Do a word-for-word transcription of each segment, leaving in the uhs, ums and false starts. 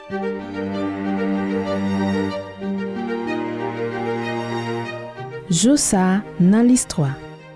Josa dans l'histoire.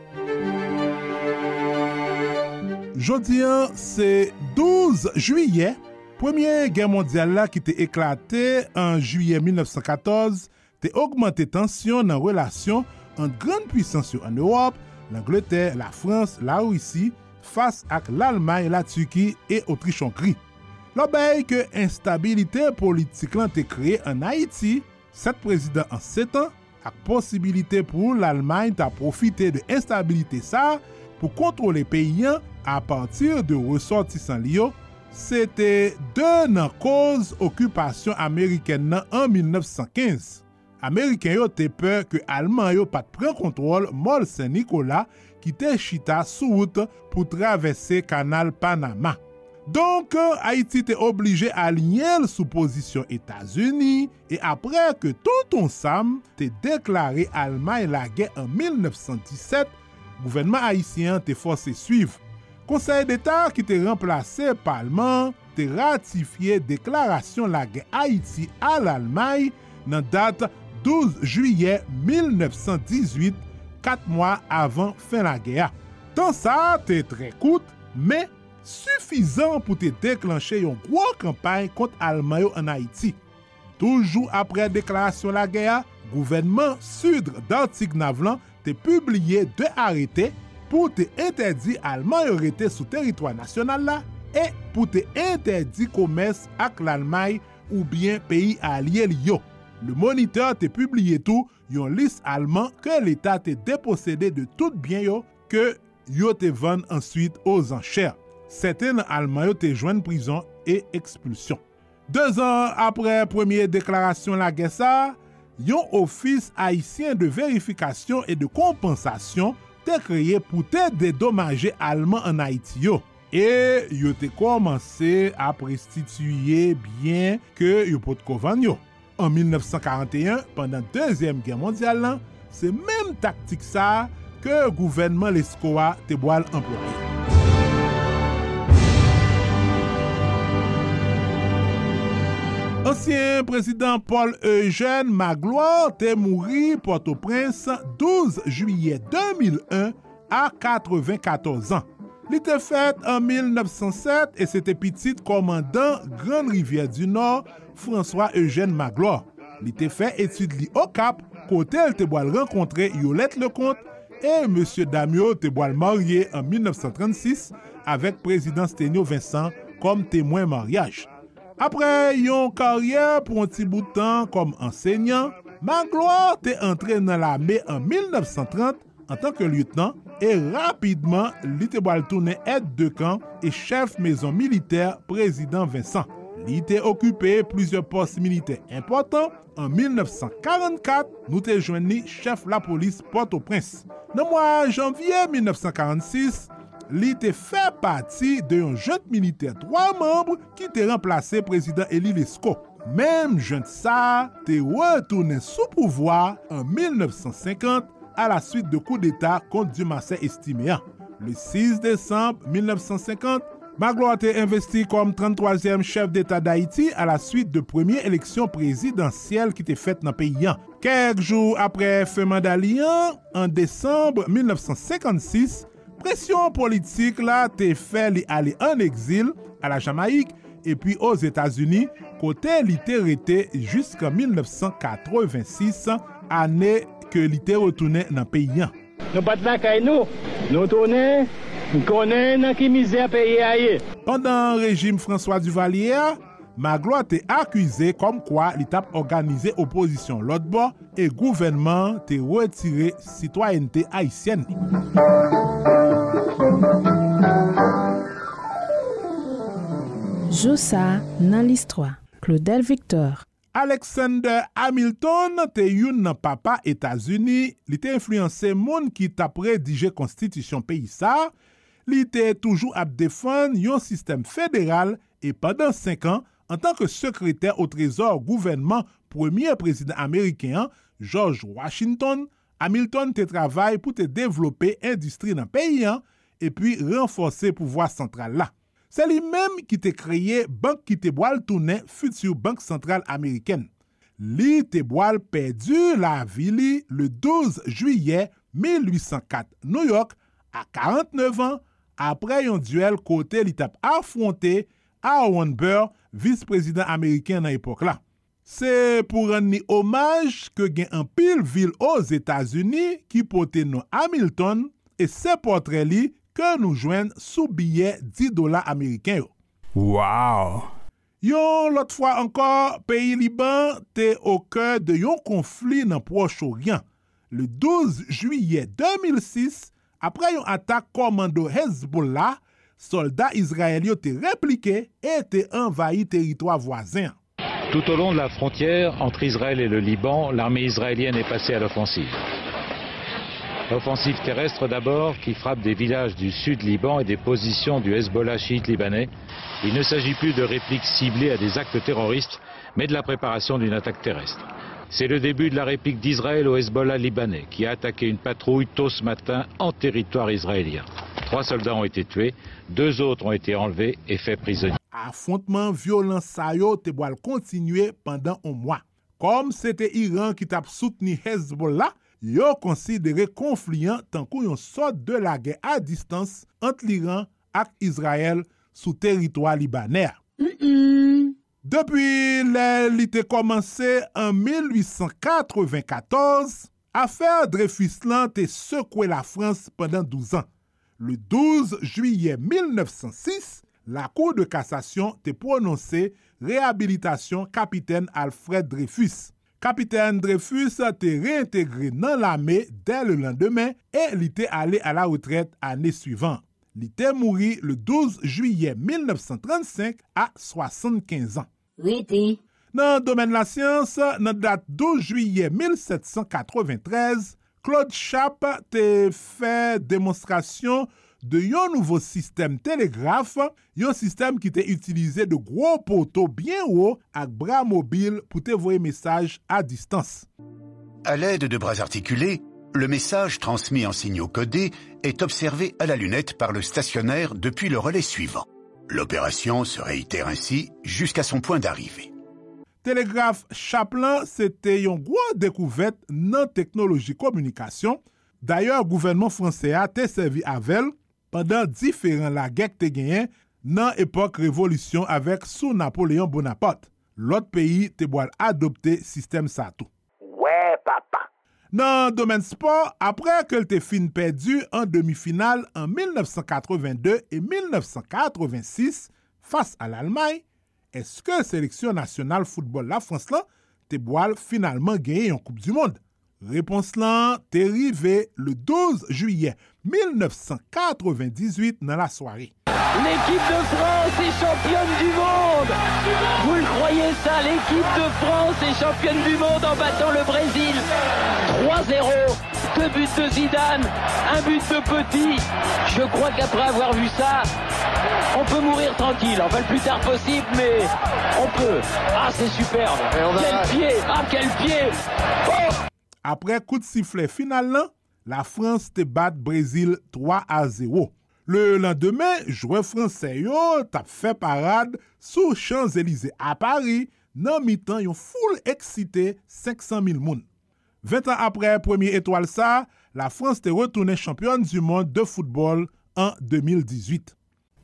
Jodi, c'est douze juillet. Première guerre mondiale là qui était éclatée en juillet mille neuf cent quatorze, t'est augmenté tension dans relation entre grandes puissances en Europe, l'Angleterre, la France, la Russie, face à l'Allemagne, la Turquie et Autriche-Hongrie. L'obéi que instabilité politique là t'est créée en Haïti, sept présidents en sept ans, avec possibilité pour l'Allemagne de profiter de l'instabilité ça pour contrôler les pays à partir de ressortissants liés. C'était deux nan cause occupation américaine en mille neuf cent quinze. Américains yo te peur que Allemands yo pas prend contrôle Mol Saint-Nicolas qui te chita sous route pour traverser canal Panama. Donc Haïti était obligé à aligner sous position États-Unis et après que Tonton Sam te déclaré Allemagne la guerre en mille neuf cent dix-sept, le gouvernement haïtien te forcé suivre. Conseil d'État qui te remplacé Parlement te ratifié déclaration la guerre Haïti à l'Allemagne dans date douze juillet mille neuf cent dix-huit, quatre mois avant fin la guerre. Tant ça te très court, mais suffisant pour te déclencher une grosse campagne contre Allemagne en Haïti. Toujours après déclaration la guerre, gouvernement sud d'Antignavelan te publié deux arrêtés pour te interdire Allemagne arrêter sous territoire national là et pour te interdire commerce avec l'Allemagne ou bien pays alliés liés. Le Moniteur te publié tout une liste allemand que l'État te dépossédé de tout bien yo que yo te vend ensuite aux enchères. Certains Allemands yo te joignent prison et expulsion. Deux ans après première déclaration la guerre ça, yon office haïtien de vérification et de compensation te créé pour te dédommager Allemands en Haïti yo. Et yo te commencé à restituer bien que yo pot kovan yo. En mille neuf cent quarante et un, pendant la Deuxième Guerre mondiale, c'est même tactique ça que le gouvernement Lescoa te boal employé. Ancien président Paul-Eugène Magloire est mort Port-au-Prince douze juillet deux mille un à quatre-vingt-quatorze ans. Il était fait en mille neuf cent sept et c'était petit commandant Grande Rivière du Nord François-Eugène Magloire. Il était fait étude li au Cap, côté il te boal rencontrer Yolette Lecomte et M. Damio te boal marié en mille neuf cent trente-six avec président Sténio Vincent comme témoin mariage. Après une carrière pour un petit bout de temps comme enseignant, Magloire t'est entré dans l'armée en mille neuf cent trente en tant que lieutenant et rapidement, il était tourné aide de camp et chef maison militaire président Vincent. Il était occupé plusieurs postes militaires importants. En mille neuf cent quarante-quatre, nous t'es joint chef la police Port-au-Prince. Dans le mois de janvier mille neuf cent quarante-six, il était fait partie d'un jeune militaire trois membres qui était remplacé président Élie Lescaut. Même jeune ça, t'est retourné sous pouvoir en mille neuf cent cinquante à la suite de coup d'État contre Dumassé Estiméa. Le six décembre mille neuf cent cinquante, Magloire était investi comme trente-troisième chef d'État d'Haïti à la suite de première élection présidentielle qui était faite dans le pays. Quelques jours après fin mandat liant, en décembre mille neuf cent cinquante-six, pression politique là t'est fait aller en exil à la Jamaïque et puis aux États-Unis, côté littéraire jusqu'en mille neuf cent quatre-vingt-six, année que l'ité retourné dans le pays. Nous pas de la nous, nous tournons, nous connaissons qui misère pays ailleurs. Pendant le régime François Duvalier, Magloire était accusé comme quoi l'État organisé opposition l'autre bord et le gouvernement était retiré citoyenneté haïtienne. Josa dans l'histoire. Claudel Victor. Alexander Hamilton te yon papa États-Unis, li te influencé moun qui t'a rédigé constitution pays ça, li te toujours à défendre un système fédéral et pendant cinq ans en tant que secrétaire au trésor gouvernement premier président américain George Washington, Hamilton te travaille pour te développer industrie dans le pays et puis renforcer pouvoir central là. C'est lui-même qui t'a créé banque qui te boile tourner future banque centrale américaine. Li te boile perdu la vie le douze juillet mille huit cent quatre, New York, à quarante-neuf ans, après un duel côté li t'a affronté Aaron Burr, vice-président américain dans l'époque là. C'est pour rendre hommage que gen un pile ville aux États-Unis qui porte nom Hamilton et c'est portrait li que nous joignent sous billet dix dollars américains. Wow! Yon l'autre fois encore, pays Liban t'es au cœur de yon conflit dans Proche-Orient. Le douze juillet deux mille six, après yon attaque commando Hezbollah, soldats israéliens t'es répliqué et t'es envahi territoire voisin. Tout au long de la frontière entre Israël et le Liban, l'armée israélienne est passée à l'offensive. Offensive terrestre d'abord, qui frappe des villages du sud Liban et des positions du Hezbollah chiite libanais. Il ne s'agit plus de répliques ciblées à des actes terroristes, mais de la préparation d'une attaque terrestre. C'est le début de la réplique d'Israël au Hezbollah libanais, qui a attaqué une patrouille tôt ce matin en territoire israélien. Trois soldats ont été tués, deux autres ont été enlevés et faits prisonniers. Affrontement violent sa yo te boal continuer pendant un mois. Comme c'était Iran qui t'a soutenu Hezbollah, yo considéré conflit tant qu'on yon sort de la guerre à distance entre l'Iran et Israël sous territoire libanais. Mm-mm. Depuis l'été commencé en mille huit cent quatre-vingt-quatorze, affaire Dreyfus-Lan te secoué la France pendant douze ans. Le douze juillet mille neuf cent six, la Cour de cassation te prononcé réhabilitation capitaine Alfred Dreyfus. Capitaine Dreyfus te réintégré dans l'armée dès le lendemain et il était allé à la retraite l'année suivante. Il était mouru le douze juillet mille neuf cent trente-cinq à soixante-quinze ans. Oui, ti. Dans le domaine de la science, dans date douze juillet mille sept cent quatre-vingt-treize, Claude Chappe te fait démonstration de un nouveau système télégraphe, un système qui était utilisé de gros poteaux bien hauts avec bras mobiles pour te voyer message à distance. À l'aide de bras articulés, le message transmis en signaux codés est observé à la lunette par le stationnaire depuis le relais suivant. L'opération se réitère ainsi jusqu'à son point d'arrivée. Télégraphe Chaplin, c'était une grosse découverte dans la technologie communication. D'ailleurs, le gouvernement français a été servi avec elle pendant différents la guerre que gagné dans l'époque révolution avec sous Napoléon Bonaparte. L'autre pays te boit adopter système ça tout. Ouais, papa. Dans le domaine sport, après que te fin perdu en demi-finale en mille neuf cent quatre-vingt-deux et mille neuf cent quatre-vingt-six face à l'Allemagne, est-ce que la sélection nationale football la France là te boit finalement gagné une Coupe du Monde? Réponse là, t'es arrivé le douze juillet mille neuf cent quatre-vingt-dix-huit dans la soirée. L'équipe de France est championne du monde. Vous le croyez ça, l'équipe de France est championne du monde en battant le Brésil. trois zéro, deux buts de Zidane, un but de Petit. Je crois qu'après avoir vu ça, on peut mourir tranquille. Enfin, le plus tard possible, mais on peut. Ah, c'est superbe. Quel pied, ah, quel pied. Oh. Après coup de sifflet final, la France te bat Brésil trois à zéro. Le lendemain, joueur français yo t'a fait parade sous Champs-Élysées à Paris, dans mi-temps yon foule excité cinq cent mille moun. vingt ans après première étoile ça, la France te retourné championne du monde de football en deux mille dix-huit.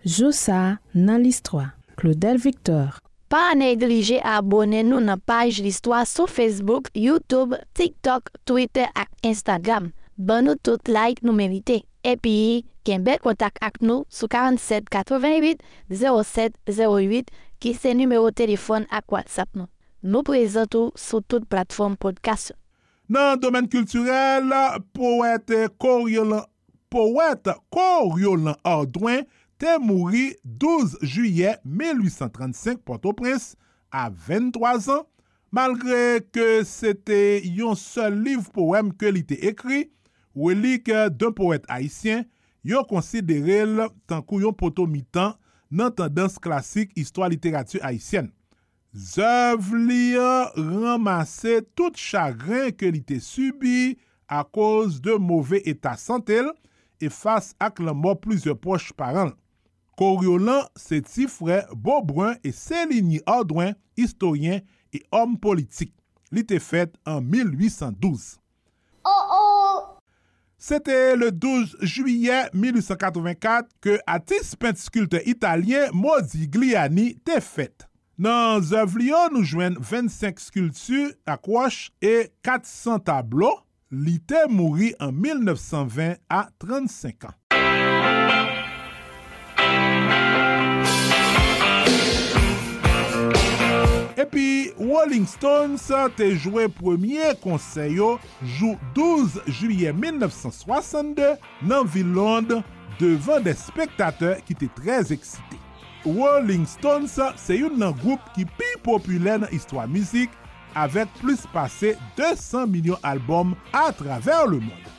Josa dans l'histoire. Claudel Victor. Pas négliger à abonner nous dans page l'histoire sur Facebook, YouTube, TikTok, Twitter et Instagram. Bon nous tout like nous mériter. Et puis, Kembet contact avec nous sur quarante-sept quatre-vingt-huit zéro sept zéro huit qui c'est numéro de téléphone à WhatsApp nous. Nous présentons sur toute plateforme podcast. Dans le domaine culturel, poète Coriolan, poète Coriolan Ardouin t'est mouru douze juillet mille huit cent trente-cinq Port-au-Prince à vingt-trois ans, malgré que c'était un seul livre poème que il était écrit, relique d'un poète haïtien, yo considéré tant qu'un poteau mi-temps dans tendance classique histoire littérature haïtienne. Zœuvre li ramassé tout chagrin que il était subi à cause de mauvais état santé et face à la mort plusieurs proches parents. Coriolan, c'est petit frère Beaubrun et Céligny Ordouin, historien et homme politique. Il était fait en mille huit cent douze. Oh oh! C'était le douze juillet mille huit cent quatre-vingt-quatre que artiste peintre sculpteur italien Modigliani était fait. Dans l'œuvre, nous joignons vingt-cinq sculptures, aquaches et quatre cents tableaux. Il était mort en mille neuf cent vingt à trente-cinq ans. Et puis, Rolling Stones a joué premier concert jour douze juillet mille neuf cent soixante-deux dans la ville de Londres devant des spectateurs qui étaient très excités. Rolling Stones, c'est un groupe qui est plus populaire dans l'histoire musique avec plus passé deux cents millions d'albums à travers le monde.